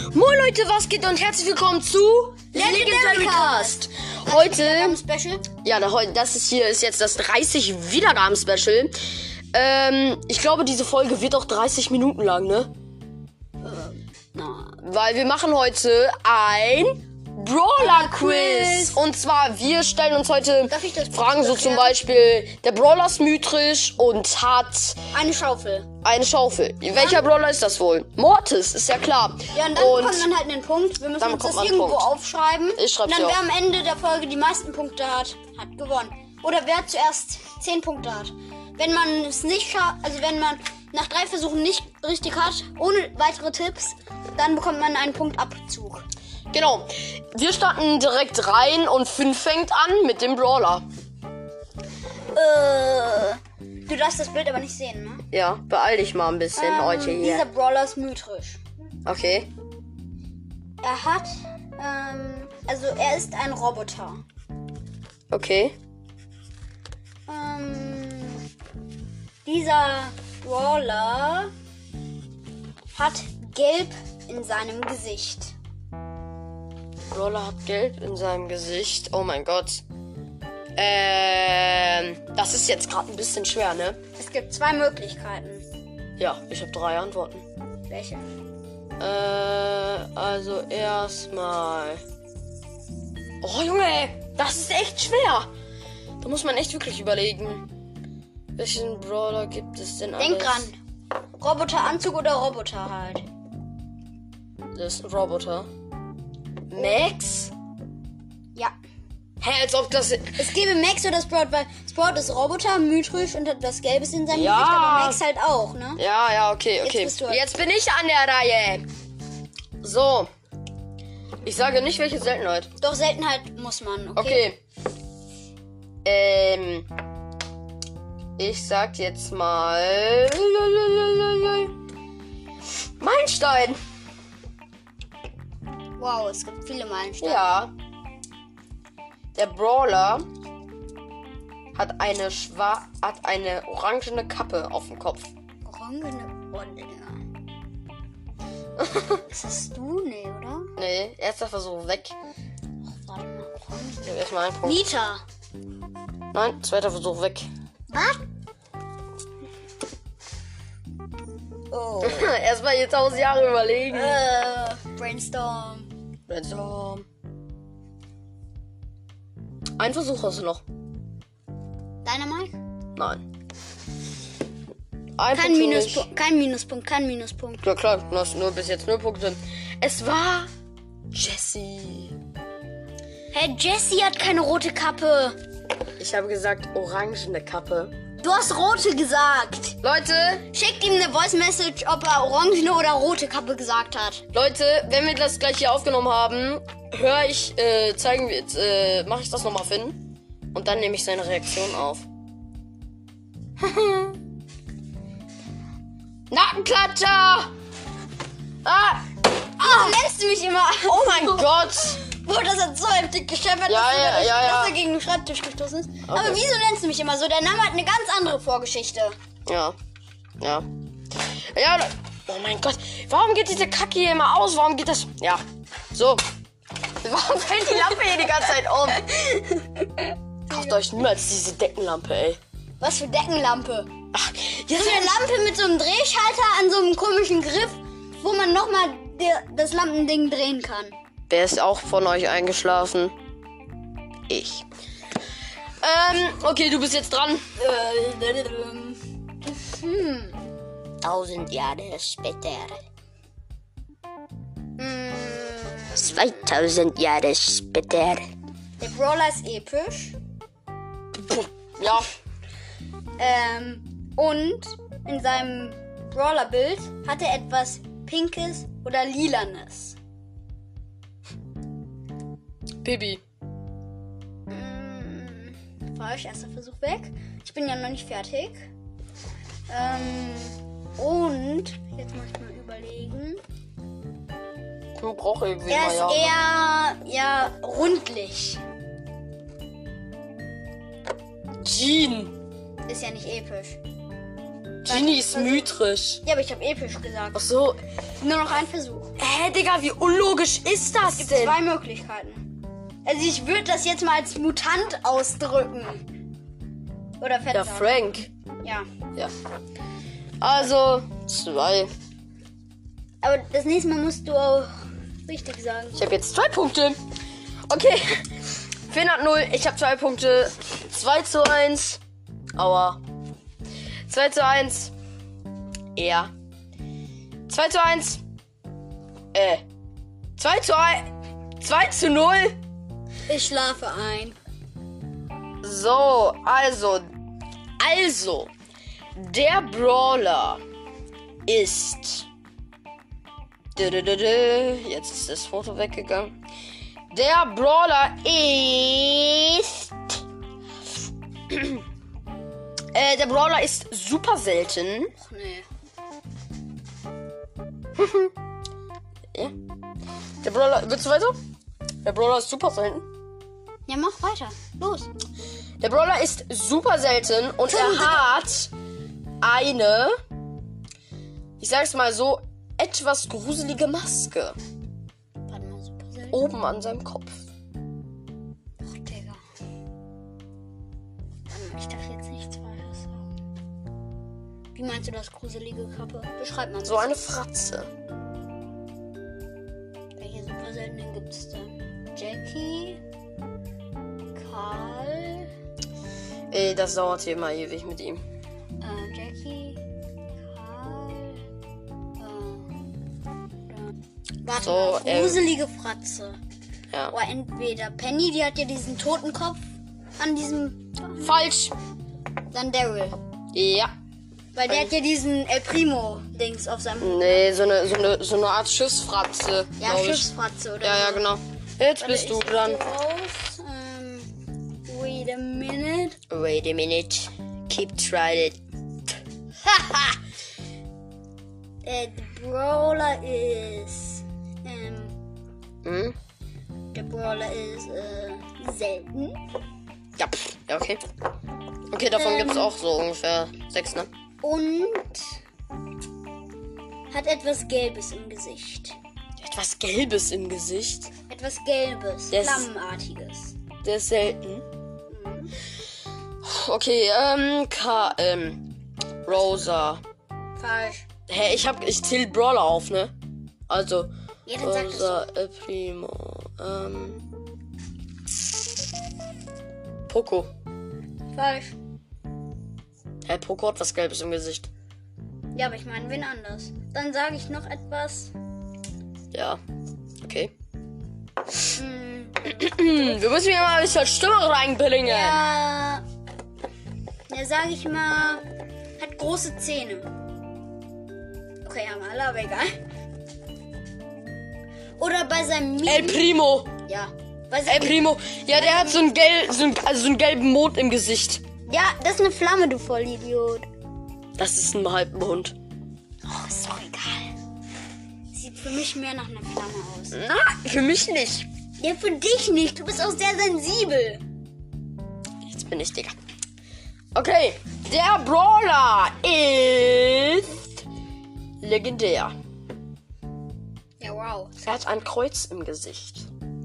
Moin Leute, was geht und herzlich willkommen zu Legendary Cast. Heute, Special. ja, das ist jetzt das 30 Wiedergaben Special. Ich glaube, diese Folge wird auch 30 Minuten lang, ne? Weil wir machen heute ein Brawler-Quiz. Und zwar, wir stellen uns heute Fragen, so zum Beispiel, der Brawler ist mythisch und hat eine Schaufel. Welcher Brawler ist das wohl? Mortis, ist ja klar. Ja, und dann bekommt man halt einen Punkt. Wir müssen uns das irgendwo aufschreiben. Ich schreib's und dann, wer am Ende der Folge die meisten Punkte hat, hat gewonnen. Oder wer zuerst 10 Punkte hat. Wenn man es nicht schafft, also wenn man nach 3 Versuchen nicht richtig hat, ohne weitere Tipps, dann bekommt man einen Punktabzug. Genau. Wir starten direkt rein und 5 fängt an mit dem Brawler. Du darfst das Bild aber nicht sehen, ne? Ja, beeil dich mal ein bisschen heute hier. Dieser Brawler ist mythisch. Okay. Er hat, also er ist ein Roboter. Okay. Dieser Brawler hat Gelb in seinem Gesicht. Brawler hat Gelb in seinem Gesicht. Oh mein Gott. Das ist jetzt gerade ein bisschen schwer, ne? Es gibt 2 Möglichkeiten. Ja, ich habe 3 Antworten. Welche? Also erstmal. Oh Junge, das ist echt schwer. Da muss man echt wirklich überlegen. Welchen Brawler gibt es denn alles? Denk dran. Roboteranzug oder Roboter halt. Das ist ein Roboter. Max? Ja. Hä, als ob das... Es gäbe Max oder Sprout, weil Sprout ist Roboter, mythisch und hat was Gelbes in seinem Ja. Gesicht, aber Max halt auch, ne? Ja, okay. bist du halt. Jetzt bin ich an der Reihe. So. Ich sage nicht, welche Seltenheit. Doch, Seltenheit muss man, Okay. Ich sag jetzt mal... Meilenstein. Wow, es gibt viele Meilensteine. Ja. Der Brawler hat eine orangene Kappe auf dem Kopf. Orangene Rolle. Ist das du? Nee, oder? Nee, erster Versuch weg. Warte mal, Ich hab erstmal einen Punkt. Nita. Nein, zweiter Versuch weg. Was? Oh. Erstmal hier 1000 Jahre überlegen. Brainstorm. Brainstorm. Ein Versuch hast du noch. Dynamite? Nein. Kein Minuspunkt, kein Minuspunkt. Ja klar, du hast nur bis jetzt 0 Punkte. Es war Jessie. Hey, Jessie hat keine rote Kappe. Ich habe gesagt orangene Kappe. Du hast rote gesagt. Leute, Schickt ihm eine Voice Message, ob er orangene oder rote Kappe gesagt hat. wenn wir das gleich hier aufgenommen haben, mache ich das nochmal Finn. Und dann nehme ich seine Reaktion auf. Nackenklatscher! Wieso nennst du mich immer? Oh mein Gott! Boah, das hat so heftig gescheppert, dass er gegen den Schreibtisch gestoßen ist. Okay. Aber wieso nennst du mich immer so? Der Name hat eine ganz andere Vorgeschichte. Ja. Oh mein Gott. Warum geht diese Kacke hier immer aus? Warum geht das... Ja. So. Warum fällt die Lampe hier die ganze Zeit um? Kauft euch niemals diese Deckenlampe, ey. Was für Deckenlampe? Ach, So eine Lampe mit so einem Drehschalter an so einem komischen Griff, wo man nochmal das Lampending drehen kann. Wer ist auch von euch eingeschlafen? Ich. Okay, du bist jetzt dran. 1000 Jahre später. 2000 Jahre später. Der Brawler ist episch. Ja. Und in seinem Brawler-Bild hat er etwas Pinkes oder Lilanes. Bibi. Falsch, erster Versuch weg. Ich bin ja noch nicht fertig. Und jetzt muss ich mal überlegen. Du brauchst irgendwie Er mal ist eher rundlich. Jean. Ist ja nicht episch. Genie ist mythisch. Ja, aber ich habe episch gesagt. Ach so. Nur noch ein Versuch. Digga, wie unlogisch ist das denn? Zwei Möglichkeiten. Also ich würde das jetzt mal als Mutant ausdrücken. Oder fett Ja, sagen. Frank. Ja. Ja. Also, 2. Aber das nächste Mal musst du auch richtig sagen. Ich habe jetzt 2 Punkte. Okay. Finn hat 0. Ich habe 2 Punkte. 2:1. Aua. 2:1. Ja. 2:1. 2:0. Ich schlafe ein. So, also. Der Brawler ist. Jetzt ist das Foto weggegangen. Der Brawler ist. Der Brawler ist super selten. Ach nee. Ja. Der Brawler. Willst du weiter? Der Brawler ist super selten. Ja, mach weiter. Los. Der Brawler ist super selten und er hat eine, ich sag's mal so, etwas gruselige Maske Warte mal, super selten. oben an seinem Kopf. Ach, Digga. Ich darf jetzt nichts Falsches sagen. Wie meinst du das gruselige Kappe? Beschreib mal. So eine Fratze. Welche super seltenen gibt es denn? Jackie, Karl, Das dauert hier immer ewig mit ihm. Jackie, Karl, warte So, mal, gruselige Fratze. Ja. Oder entweder Penny, die hat ja diesen Totenkopf an diesem, Falsch. dann Daryl. Ja. Weil der hat ja diesen El Primo-Dings auf seinem... Nee, so eine Art Schiffsfratze. Ja, glaub ich. Schiffsfratze oder Ja, so. genau. Jetzt Warte, bist du ich dran. geh raus. Wait a minute. Wait a minute. Keep trying it. The Brawler is... Hm? der Brawler ist selten. Ja, pff, ja, okay. Okay, davon gibt's auch so ungefähr 6, ne? Und hat etwas Gelbes im Gesicht. Etwas Gelbes im Gesicht. Etwas Gelbes, Das- Flammenartiges. Der ist selten. Okay, Rosa. Falsch. Hä, ich zähl Brawler auf, ne? Also, Ja, dann sag Rosa, El Primo, Poco. Falsch. Hä, Poco hat was Gelbes im Gesicht. Ja, aber ich meine wen anders. Dann sage ich noch etwas. Ja, okay. Hm, Wir müssen hier mal ein bisschen Stimme reinbringen. ja, sage ich mal, hat große Zähne. Okay, haben alle, aber egal. Oder bei seinem El Primo. Ja. Bei El seinem Primo. Ja, der hat so einen gelben Mond im Gesicht. ja, das ist eine Flamme, du Vollidiot. Das ist ein Halbmond. Oh, ist doch egal. Sieht für mich mehr nach einer Flamme aus. Na, für mich nicht. Ja, für dich nicht. Du bist auch sehr sensibel. Jetzt bin ich Digga. Okay, der Brawler ist legendär. Ja, wow. Er hat ein Kreuz im Gesicht.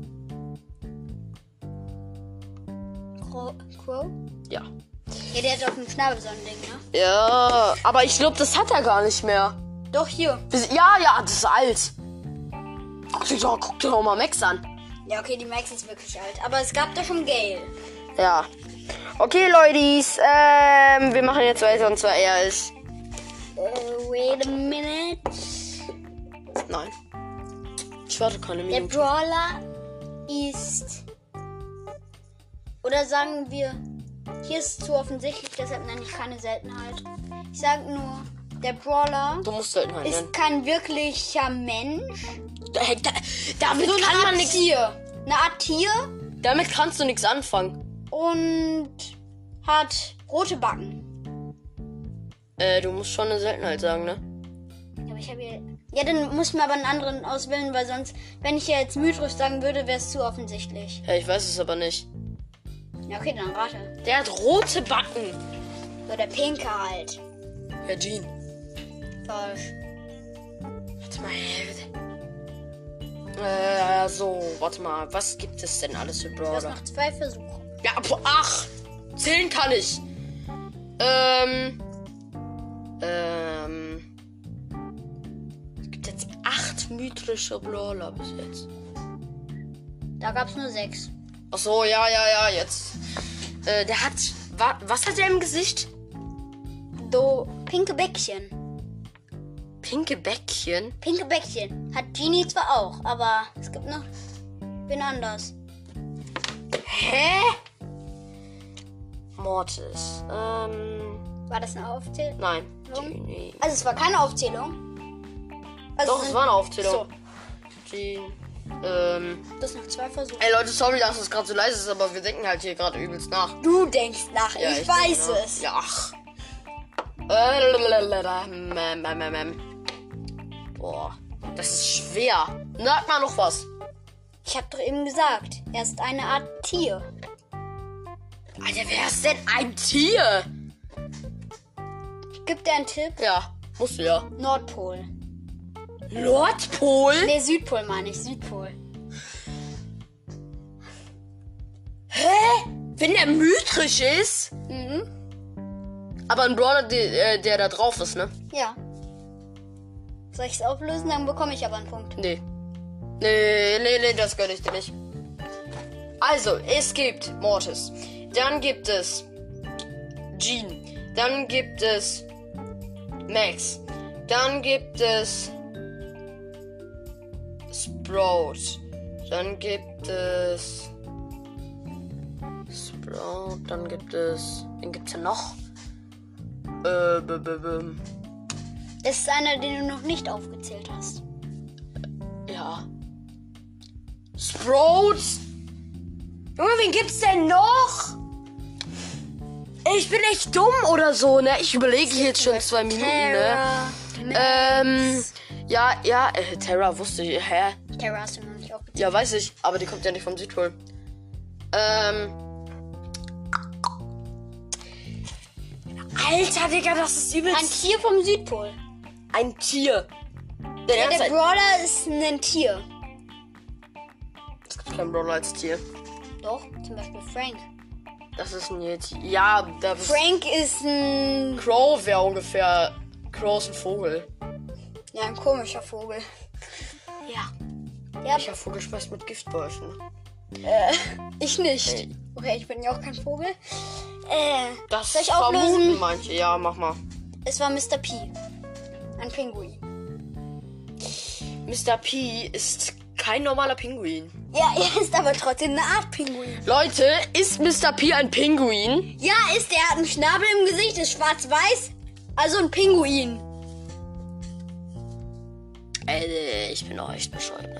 Crow? Ja. Ja, der hat auf dem Schnabel so ein Ding, ne? Ja, aber ich glaube, das hat er gar nicht mehr. Doch, hier. Ja, das ist alt. Guck dir doch mal Max an. Ja, okay, die Max ist wirklich alt. Aber es gab da schon Gale. Ja. Okay, Leute, wir machen jetzt weiter und zwar er ist. Wait a minute. Nein. Ich warte keine Der Minute. Brawler ist... Oder sagen wir... Hier ist zu offensichtlich, deshalb nenne ich keine Seltenheit. Ich sage nur, der Brawler Du musst halt nennen. ist kein wirklicher Mensch. Damit So eine kann man Art nichts. Tier. Eine Art Tier Damit kannst du nichts anfangen. und hat rote Backen. Du musst schon eine Seltenheit sagen, ne? Ja, aber ich habe hier... Ja, dann muss ich mir aber einen anderen auswählen, weil sonst, wenn ich ja jetzt Mythos sagen würde, wäre es zu offensichtlich. Ja, ich weiß es aber nicht. Ja, okay, dann rate. Der hat rote Backen. So der Pinke halt. Ja, Jean. Falsch. Warte mal. So, warte mal. Was gibt es denn alles für Du hast Brawler? noch 2 Versuche. Ja, ach! 10 kann ich. Es gibt jetzt 8 mythische Brawler bis jetzt. Da gab's nur 6. Ach so, ja, jetzt. Der hat. Was hat er im Gesicht? So, pinke Bäckchen. Pinke Bäckchen. Pinke Bäckchen. Hat Genie zwar auch, aber es gibt noch wen anders. Hä? Mortis. War das eine Aufzählung? Nein. Genie. Also es war keine Aufzählung. Also Doch, es war eine Aufzählung. So, Genie. du hast noch 2 Versuche. Ey Leute, sorry, dass es gerade so leise ist, aber wir denken halt hier gerade übelst nach. Du denkst nach, Ja, ich weiß denke nach. es. Ja, ach. Boah, das ist schwer. Sag mal noch was. Ich hab doch eben gesagt, er ist eine Art Tier. Alter, wer ist denn ein Tier? Ich geb dir einen Tipp. Ja, musst du ja. Nordpol. Nordpol? Nee, Südpol meine ich, Südpol. Hä? Wenn der mythisch ist? Mhm. Aber ein Brawler, der da drauf ist, ne? Ja. Soll ich es auflösen? Dann bekomme ich aber einen Punkt. Nee. Nee, das gönn ich dir nicht. Also, es gibt Mortis. Dann gibt es Jean. Dann gibt es Max. Dann gibt es Sprout. Dann gibt es Sprout. Dann gibt es... Wen gibt's denn noch? Das ist einer, den du noch nicht aufgezählt hast. Ja. Sprout? Junge, wen gibt's denn noch? Ich bin echt dumm oder so, ne? Ich überlege jetzt schon 2 Minuten, Terra, ne? Ja, Terra wusste ich, hä? Terra hast du noch nicht aufgezählt. Ja, weiß ich, aber die kommt ja nicht vom Südpol. Alter, Digga, das ist übelst... Ein Tier vom Südpol. Ein Tier. Der Ja, ganze der Brawler ist ein Tier. Es gibt keinen Brawler als Tier. Doch, zum Beispiel Frank. Das ist ein Yeti. Ja, da Frank ist ein... Crow wäre ungefähr... Crow ist ein Vogel. Ja, ein komischer Vogel. Ja. Ja, Welcher Vogel schmeißt mit Giftbäuschen? ich nicht. Ey. Okay, ich bin ja auch kein Vogel. Das soll ich vermuten auflösen? manche. Ja, mach mal. Es war Mr. P. Ein Pinguin. Mr. P ist kein normaler Pinguin. Ja, er ist aber trotzdem eine Art Pinguin. Leute, ist Mr. P ein Pinguin? Ja, ist er. Hat einen Schnabel im Gesicht, ist schwarz-weiß. Also ein Pinguin. Ey, ich bin auch echt bescheuert, ne?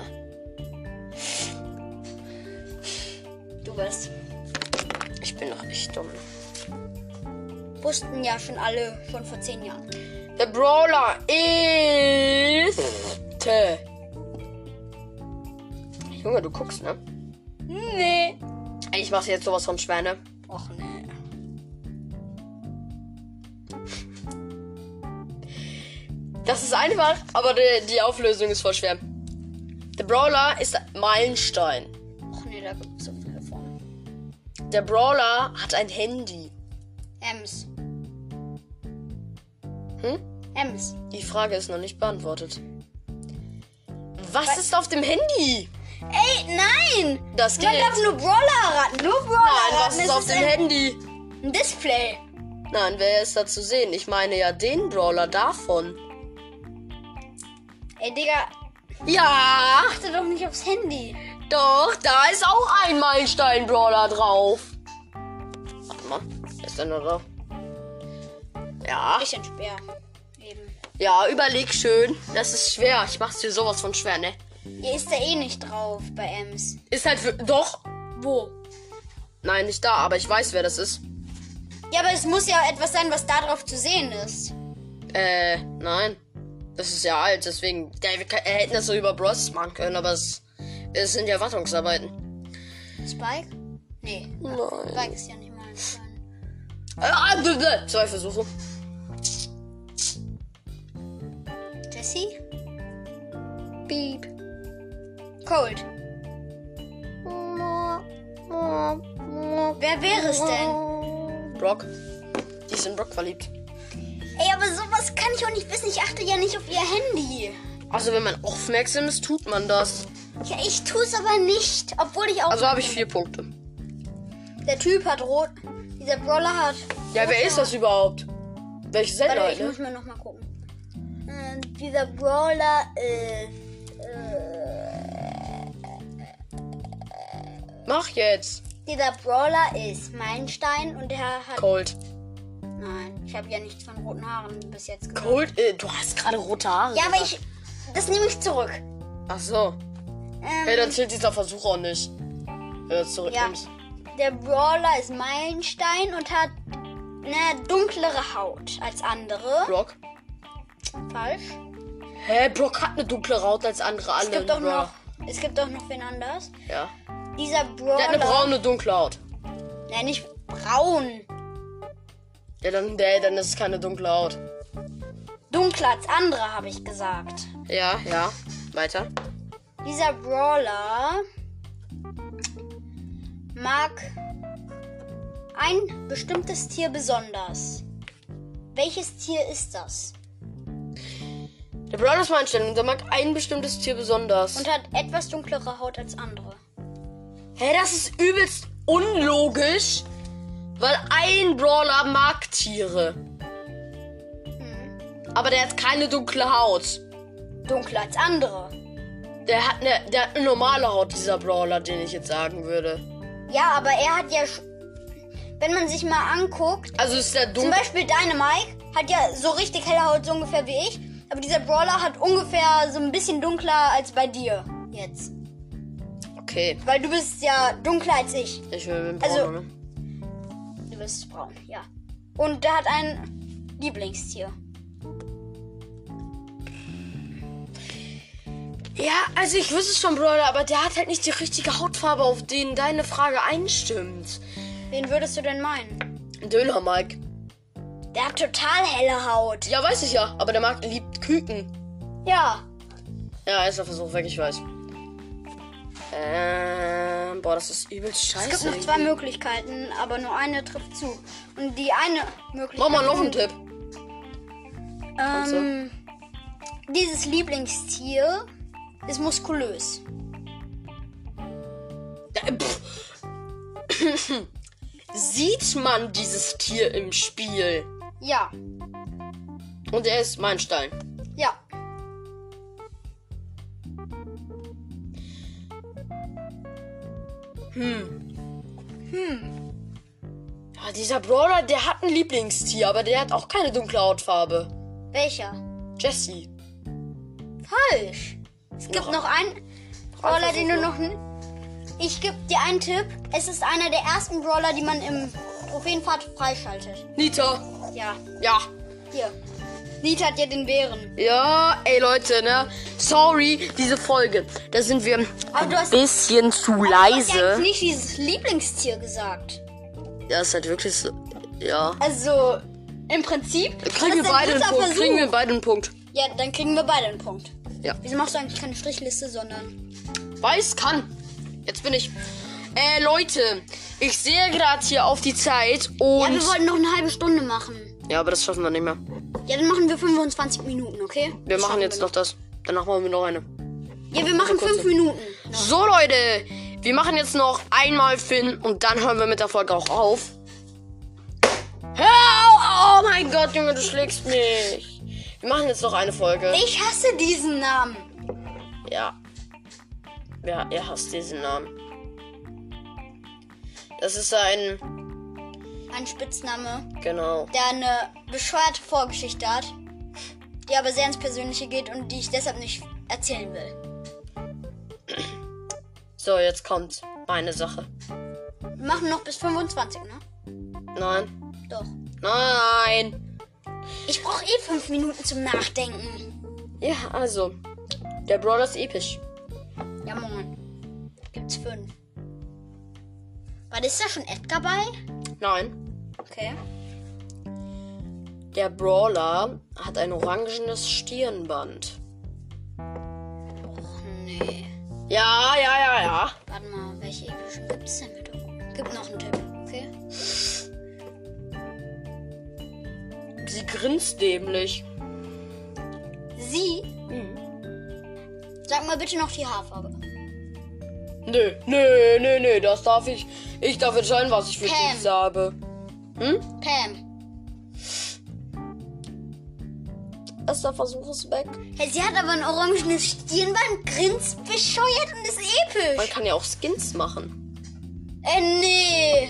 Du bist. Ich bin doch echt dumm. Wussten ja schon alle schon vor 10 Jahren. Der Brawler ist... Junge, du guckst, ne? Nee. Ey, ich mach jetzt sowas von schwer, ne? Och nee. Das ist einfach, aber die Auflösung ist voll schwer. Der Brawler ist Meilenstein. Och nee, da gibt es so viele von. Der Brawler hat ein Handy. Ems. Hm? Ems. Die Frage ist noch nicht beantwortet. Was ist auf dem Handy? Ey, nein! Das Man geht. darf nur Brawler raten. Nur Brawler Nein, was raten. ist Es auf dem ein, Handy? ein Display. Nein, wer ist da zu sehen? Ich meine ja den Brawler davon. Ey, Digga, Ja, achte doch nicht aufs Handy. doch, da ist auch ein Meilenstein-Brawler drauf. Warte mal, ist der noch drauf? Ja, Ich bin Speer. Eben. ja, überleg schön. Das ist schwer. Ich mach's dir sowas von schwer, ne? Hier ist er eh nicht drauf bei Ems. Ist halt für... Doch. Wo? Nein, nicht da, aber ich weiß, wer das ist. Ja, aber es muss ja etwas sein, was da drauf zu sehen ist. Nein. Das ist ja alt, deswegen... wir hätten das so über Bros machen können, aber es sind ja Wartungsarbeiten. Spike? Nee. Nein. Spike ist ja nicht mal ein Stein. 2 Versuche. Jesse? Beep. Colt. Wer wäre es denn? Brock. Die ist in Brock verliebt. Ey, aber sowas kann ich auch nicht wissen. Ich achte ja nicht auf ihr Handy. Also wenn man aufmerksam ist, tut man das. Ja, ich tue es aber nicht. Obwohl ich auch... Also habe ich 4 Punkte. Der Typ hat rot... Dieser Brawler hat... Ja, wer ist das überhaupt? Welche Warte, Sender, ich ne? muss mal nochmal gucken. Dieser Brawler ist... Mach jetzt. Dieser Brawler ist Meilenstein und der hat... Colt. Nein, ich habe ja nichts von roten Haaren bis jetzt gesagt. Colt? Du hast gerade rote Haare. Ja, aber ich... Das nehme ich zurück. Ach so. Hey, dann zählt dieser Versuch auch nicht. Wenn du es zurücknimmst. Der Brawler ist Meilenstein und hat eine dunklere Haut als andere. Brock? Falsch. Hä, Brock hat eine dunklere Haut als andere. Es gibt doch noch wen anders. Ja. Dieser Brawler... Der hat eine braune, dunkle Haut. Nein, nicht braun. Ja, dann ist es keine dunkle Haut. Dunkler als andere, habe ich gesagt. Ja. Weiter. Dieser Brawler mag ein bestimmtes Tier besonders. Welches Tier ist das? Der Brawler ist Meilenstein und der mag ein bestimmtes Tier besonders. Und hat etwas dunklere Haut als andere. Hä, das ist übelst unlogisch, weil ein Brawler mag Tiere. Aber der hat keine dunkle Haut. Dunkler als andere. Der hat eine normale Haut, dieser Brawler, den ich jetzt sagen würde. Ja, aber er hat ja... Wenn man sich mal anguckt... Also ist der Zum dunkel. Beispiel Dynamite hat ja so richtig helle Haut, so ungefähr wie ich. Aber dieser Brawler hat ungefähr so ein bisschen dunkler als bei dir jetzt. Okay. Weil du bist ja dunkler als ich. Ich bin braun, Also- ne? Du bist braun, ja. Und der hat ein Lieblingstier. Ja, also ich wüsste es schon, Brawler, aber der hat halt nicht die richtige Hautfarbe, auf den deine Frage einstimmt. Wen würdest du denn meinen? Döner Mike. Der hat total helle Haut. Ja, weiß ich ja, aber der liebt Küken. Ja. Ja, ist der Versuch weg, ich weiß. Boah, das ist übelst scheiße. Es gibt noch 2 Möglichkeiten, aber nur eine trifft zu. Und die eine Möglichkeit... Mach mal noch einen Tipp. Dieses Lieblingstier ist muskulös. Sieht man dieses Tier im Spiel? Ja. Und er ist Meilenstein. Ja. Ja, dieser Brawler, der hat ein Lieblingstier, aber der hat auch keine dunkle Hautfarbe. Welcher? Jesse. Falsch. Es gibt noch einen Brawler, den du noch... Ich gebe dir einen Tipp. Es ist einer der ersten Brawler, die man im Trophäenpfad freischaltet. Nita. Ja. Ja. Hier. Nita hat ja den Bären. Ja, ey Leute, ne? Sorry, diese Folge. Da sind wir Aber du ein hast... bisschen zu Du hast ja leise. eigentlich nicht dieses Lieblingstier gesagt. Ja, ist halt wirklich so. Ja. Also, im Prinzip... Kriegen wir das ist beide dein einen dritter Punkt. Versuch. Kriegen wir beide einen Punkt. Ja, dann kriegen wir beide einen Punkt. Ja. Wieso machst du eigentlich keine Strichliste, sondern... Weiß kann. Jetzt bin ich. Leute, ich sehe gerade hier auf die Zeit und. Ja, wir wollten noch eine halbe Stunde machen. Ja, aber das schaffen wir nicht mehr. Ja, dann machen wir 25 Minuten, okay? Wir Das machen schaffen jetzt wir noch das. Danach machen wir noch eine. Ja, wir machen 5 Minuten. So, Leute. Wir machen jetzt noch einmal Finn und dann hören wir mit der Folge auch auf. Hör auf! Oh mein Gott, Junge, du schlägst mich. Wir machen jetzt noch eine Folge. Ich hasse diesen Namen. Ja. Ja, er hasst diesen Namen. Das ist ein... Ein Spitzname, Genau. der eine bescheuerte Vorgeschichte hat, die aber sehr ins Persönliche geht und die ich deshalb nicht erzählen will. So, jetzt kommt meine Sache. Wir machen noch bis 25, ne? Nein. Doch. Nein. Ich brauche 5 Minuten zum Nachdenken. Ja, also. Der Brawler ist episch. Ja, moin. Gibt's 5. War das da schon Edgar bei? Nein. Okay. Der Brawler hat ein orangenes Stirnband. Nee. Ja. Warte mal, welche epischen gibt es denn mit? Gib noch einen Tipp, okay? Sie grinst dämlich. Sie? Sag mal bitte noch die Haarfarbe. Nö, das darf ich. Ich darf entscheiden, was ich für Pam. dich habe. Pam. Erster Versuch ist weg. Hey, sie hat aber ein orangenes Stirnband, grinst bescheuert und ist Man episch. kann ja auch Skins machen. Nee.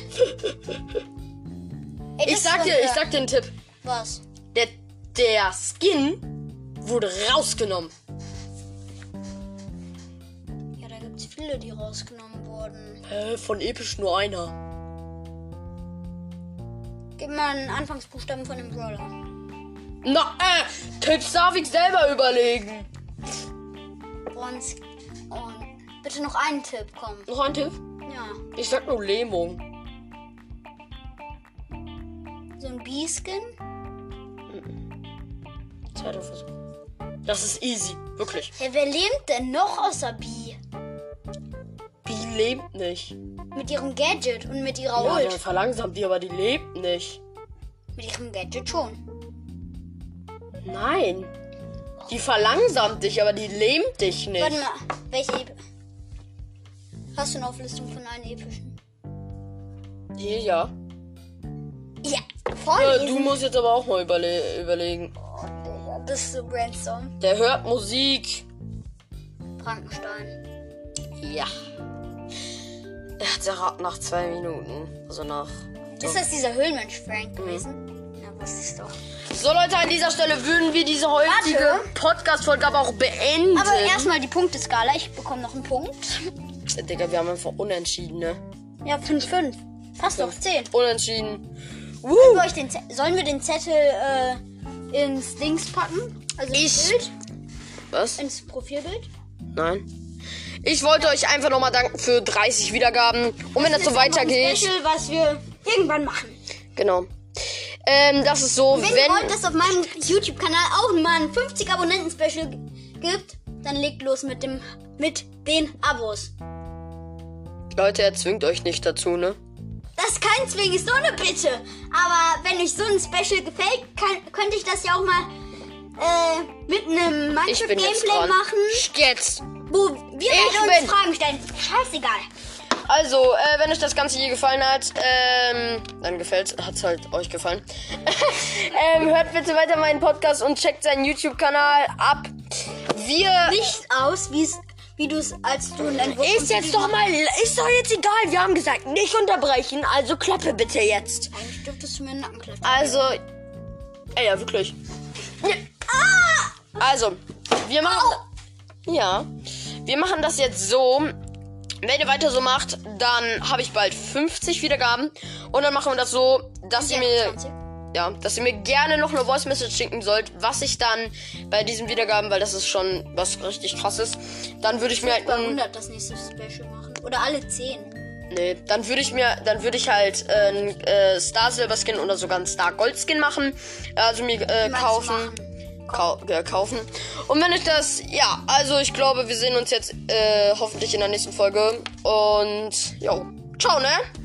Ey, Ich sag dir einen Tipp. Was? Der Skin wurde rausgenommen. Ja, da gibt's viele, die rausgenommen wurden. Von episch nur einer. Gib mal einen Anfangsbuchstaben von dem Brawler. Tipps darf ich selber überlegen. Und bitte noch einen Tipp, komm. Noch ein Tipp? Ja. Ich sag nur Lähmung. So ein B-Skin? Zweiter Versuch. Das ist easy, wirklich. Hey, wer lebt denn noch außer B? Die lebt nicht. Mit ihrem Gadget und mit ihrer Ja, Ult. dann verlangsamt die, aber die lebt nicht. Mit ihrem Gadget schon. Nein. Die verlangsamt dich, aber die lähmt dich nicht. Warte mal, welche hast du eine Auflistung von allen epischen? Die, ja. Ja, Ja, vorlesen. du musst jetzt aber auch mal überlegen. Oh, Digga, das ist so Brainstorm. Der hört Musik. Frankenstein. Ja. Er hat erraten nach 2 Minuten. Also nach... Ist das dieser Höhlenmensch Frank gewesen? Ja, wusste ich doch. So, Leute, an dieser Stelle würden wir diese heutige Warte. Podcast-Folge aber auch beenden. Aber erstmal die Punkteskala. Ich bekomme noch einen Punkt. Digga, wir haben einfach unentschieden, ne? Ja, 5-5. Passt doch, 10. Unentschieden. Sollen wir den Zettel ins Dings packen? Also ins Bild? Was? Ins Profilbild? Nein. Ich wollte euch einfach nochmal danken für 30 Wiedergaben. Und wenn das so ist einfach ein weitergeht... Special, was wir irgendwann machen. Genau. Das ist so, Wenn ihr wollt, dass auf meinem YouTube-Kanal auch mal ein 50 Abonnenten-Special gibt, dann legt los mit den Abos. Leute, er zwingt euch nicht dazu, ne? Das ist kein Zwingen, ist nur eine Bitte. Aber wenn euch so ein Special gefällt, könnte ich das ja auch mal mit einem Ich bin jetzt Minecraft-Gameplay dran. machen, Jetzt. wo wir beide uns Fragen stellen. Scheißegal. Also, wenn euch das Ganze hier gefallen hat, dann hat's halt euch gefallen. Hört bitte weiter meinen Podcast und checkt seinen YouTube-Kanal ab. Nicht aus, wie du es als du ein Entwurf Ist doch jetzt egal. Wir haben gesagt, nicht unterbrechen, also klappe bitte jetzt. Eigentlich dürftest du mir einen Nacken klatschen. Also, ja, wirklich. Also, wir machen das jetzt so. Wenn ihr weiter so macht, dann habe ich bald 50 Wiedergaben. Und dann machen wir das so, dass ihr mir gerne noch eine Voice Message schicken sollt, was ich dann bei diesen Wiedergaben, weil das ist schon was richtig krasses, dann würde ich mir halt Bei 100 das nächste Special machen. Oder alle 10. Nee, dann würde ich halt einen Star Silver Skin oder sogar einen Star Gold Skin machen. Also mir kaufen. Kaufen. Und wenn ich das, also ich glaube, wir sehen uns jetzt hoffentlich in der nächsten Folge. Und, ciao, ne?